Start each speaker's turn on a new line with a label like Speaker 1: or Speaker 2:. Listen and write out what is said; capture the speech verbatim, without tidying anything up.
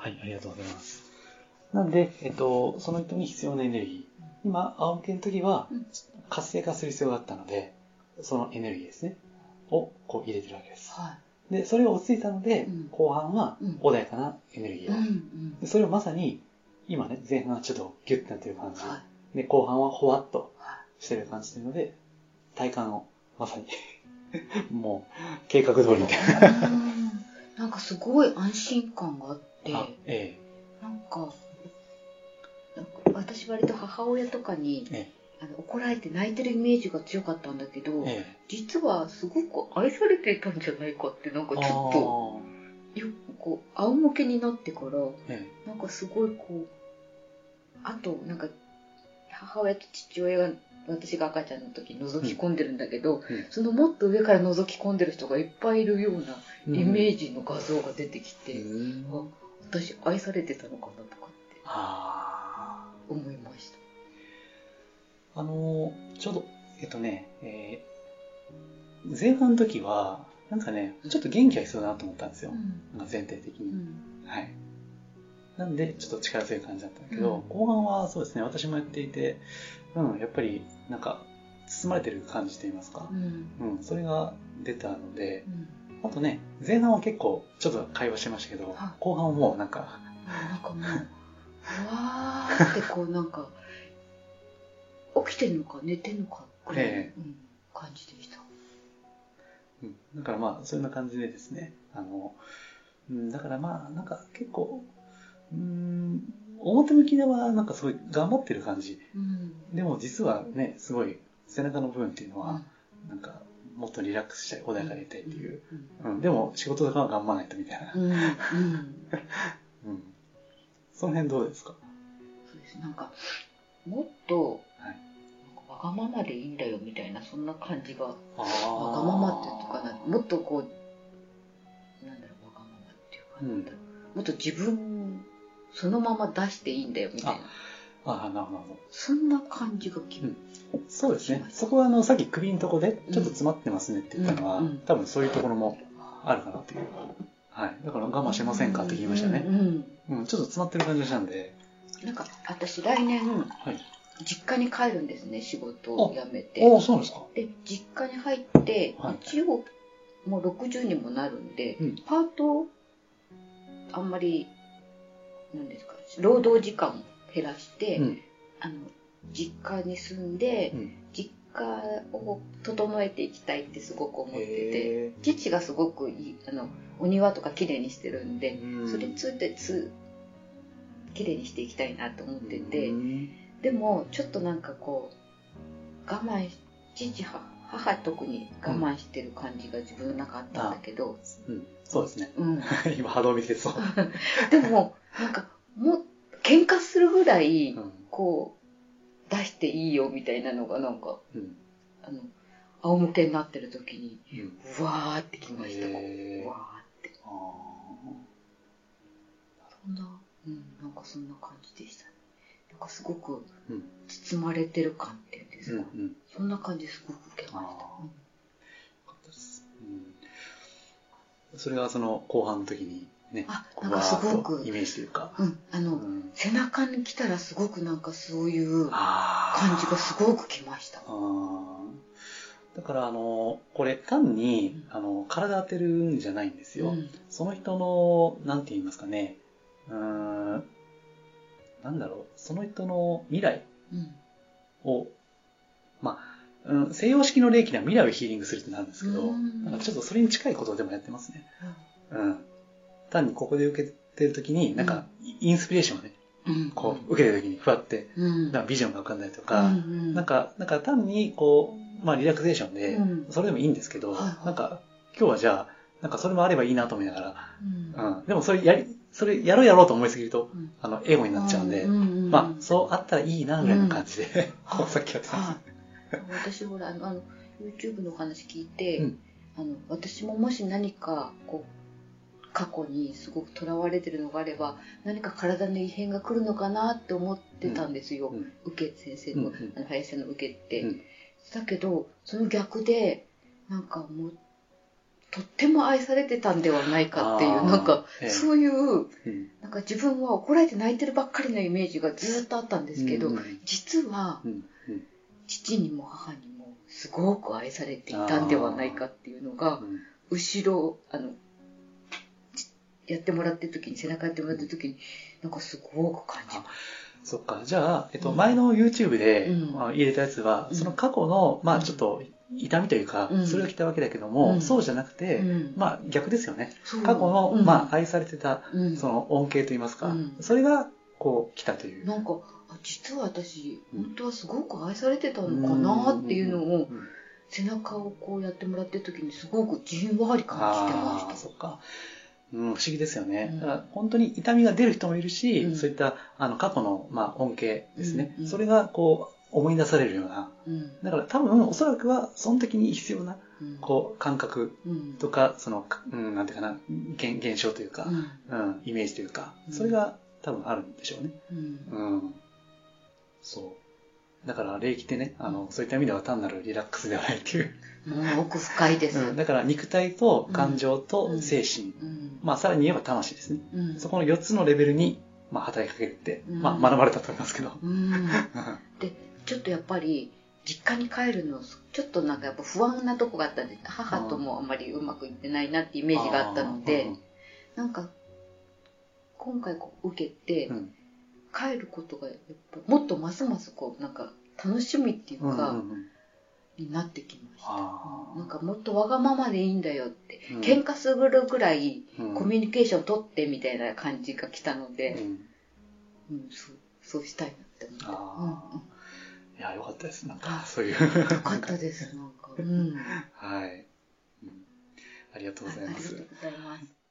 Speaker 1: はい、ありがとうございます。なんで、えっと、その人に必要なエネルギー。今、仰向けの時は、活性化する必要があったので、そのエネルギーですね、をこう入れてるわけです。はい、で、それが落ち着いたので、うん、後半は穏やかなエネルギーを。うんうん、でそれをまさに、今ね、前半はちょっとギュッとなってる感じ。はい、で、後半はほわっとしてる感じというので、体感をまさに、もう、計画通りみたいな。
Speaker 2: なんかすごい安心感があって、あ、ええ、なんか、なんか私割と母親とかに、ええ、あの怒られて泣いてるイメージが強かったんだけど、ええ、実はすごく愛されていたんじゃないかってなんかちょっとよこう仰向けになってから、ええ、なんかすごいこうあとなんか母親と父親が私が赤ちゃんの時覗き込んでるんだけど、うん、そのもっと上から覗き込んでる人がいっぱいいるようなイメージの画像が出てきて、うん、あ、私愛されてたのかなとかって思いました。
Speaker 1: あのちょうどえっとね、えー、前半の時はなんかねちょっと元気が必要だなと思ったんですよ、うん、全体的に、うん、はい。なんでちょっと力強い感じだったんだけど、うん、後半はそうですね、私もやっていて、うん、やっぱりなんか包まれてる感じといいますか、うんうん、それが出たので、うん、あとね前半は結構ちょっと会話してましたけど、後半はもうなんか
Speaker 2: なんかもううわーってこうなんか起きてるのか寝てるのかぐらいの、えーうん、感じでした、
Speaker 1: うん、だからまあそんな感じでですね、あの、うん、だからまあなんか結構うーん表向きではなんかすごい頑張ってる感じ、うん、でも実はねすごい背中の部分っていうのは、うん、なんかもっとリラックスしたい穏やかにいたいっていう、うんうんうん、でも仕事とかは頑張らないとみたいな、うんうんうん、その辺どうですか？
Speaker 2: そうです、なんかもっと、はい、なんかわがままでいいんだよみたいなそんな感じが、わがままっていうのかな、もっとこうなんだろう、わがままっていうか、うん、もっと自分そのまま出していいんだよみたいな、
Speaker 1: ああ、なるほど、
Speaker 2: そんな感じがき、うん、
Speaker 1: そうですね。そこはあのさっき首のとこでちょっと詰まってますねって言ったのは、うんうん、多分そういうところもあるかなという、はい、だから我慢しませんかって聞きましたね、うんうんうん、ちょっと詰まってる感じがしたんで、
Speaker 2: なんか私来年、はい、実家に帰るんですね、仕事を辞めて。
Speaker 1: ああ、そうですか。
Speaker 2: で実家に入って、はい、一応もうろくじゅうにもなるんで、うん、パートあんまりなんですか、労働時間を減らして、うん、あの実家に住んで、うん、実家を整えていきたいってすごく思ってて、父がすごくいいあのお庭とかきれいにしてるんで、うん、それについてつきれいにしていきたいなと思ってて、うん、でもちょっとなんかこう我慢し父母特に我慢してる感じが自分の中あったんだけど、
Speaker 1: うんうん、そうですね、うん、今波動見てそう
Speaker 2: でもなんかもう喧嘩するぐらいこう出していいよみたいなのがなんか、うん、あの仰向けになってる時に、うん、うわーってきました、こううわーって、あそんな、うん、なんかそんな感じでしたね。なんかすごく包まれてる感っていうんですか、うんうん、そんな感じすごく受けました。うん
Speaker 1: うん、それがその後半の時にね、
Speaker 2: あ、なんかすごく
Speaker 1: イメージというか、
Speaker 2: うん、あの、うん、背中に来たらすごくなんかそういう感じがすごくきました。あ
Speaker 1: だからあのこれ単に、うん、あの体当てるんじゃないんですよ、うん、その人のなんて言いますかね、うーんなんだろう、その人の未来を、うん、まあ、うん、西洋式の霊気では未来をヒーリングするってなるんですけど、なんかちょっとそれに近いことでもやってますね、うん、単にここで受けてる時になんかインスピレーションをね、うん、こう受けてる時にふわって、うん、なんかビジョンが浮かんだりとか、うん、なんかなんか単にこう、まあ、リラクゼーションで、うん、それでもいいんですけど、はいはい、なんか今日はじゃあなんかそれもあればいいなと思いながら、うんうん、でもそれやりそれやろうやろうと思いすぎると、うん、あのエゴになっちゃうんで、うんうんうん、まあそうあったらいいなぐらいの感じで、うん、こうさっきやってます。
Speaker 2: 私ほらあのあの YouTube の話聞いて、うん、あの私ももし何かこう過去にすごくとらわれてるのがあれば何か体の異変が来るのかなって思ってたんですよ、うん、受け先生の、うん、あの林さんの受けって、うん、だけどその逆でなんかもうとっても愛されてたんではないかっていうなんかそういう、うん、なんかか自分は怒られて泣いてるばっかりのイメージがずっとあったんですけど、うんうん、実は、うんうん、父にも母にもすごく愛されていたんではないかっていうのが、うん、後ろあのやってもらってる時に背中やってもらってる時になんかすごく感じます。
Speaker 1: そっか。じゃあ、えっと、前の YouTube で、うんまあ、入れたやつは、うん、その過去の、まあちょっと、痛みというか、うん、それが来たわけだけども、うん、そうじゃなくて、うん、まあ逆ですよね。過去の、うん、まあ愛されてた、その恩恵といいますか、うん、それが、こう、来たという。
Speaker 2: なんか、実は私、本当はすごく愛されてたのかなっていうのを、背中をこうやってもらってる時にすごくじんわり感じてました。
Speaker 1: あ、そっか。うん、不思議ですよね。だから本当に痛みが出る人もいるし、うん、そういったあの過去の、まあ、恩恵ですね、うんうん。それがこう思い出されるような。うん、だから多分おそらくはその時に必要な、うん、こう感覚とか、その、うん、なんていうかな、現、現象というか、うんうん、イメージというか、それが多分あるんでしょうね。うんうん、そう。だから霊気ってね、あの、そういった意味では単なるリラックスではないっていう。
Speaker 2: もう奥深いです、
Speaker 1: うん。だから肉体と感情と精神、うんうん、まあさらに言えば魂ですね。うん、そこのよっつのレベルに、まあ、働きかけるって、うん、まあ学ばれたと思いますけど。うん、
Speaker 2: で、ちょっとやっぱり実家に帰るのちょっとなんかやっぱ不安なとこがあったんで、母ともあんまりうまくいってないなってイメージがあったので、なんか今回こう受けて、うん、帰ることがやっぱもっとますますこうなんか楽しみっていうか、うんうんうんになってきました。なんかもっとわがままでいいんだよって、うん、喧嘩するぐらいコミュニケーション取ってみたいな感じが来たので、うんうん、そうそうしたいなって思って。うんうん、
Speaker 1: いやよかったです。なんかそういうよ
Speaker 2: かったです。なんか、うん、
Speaker 1: はい、うん。ありがとうございます。
Speaker 2: ありがとうございます。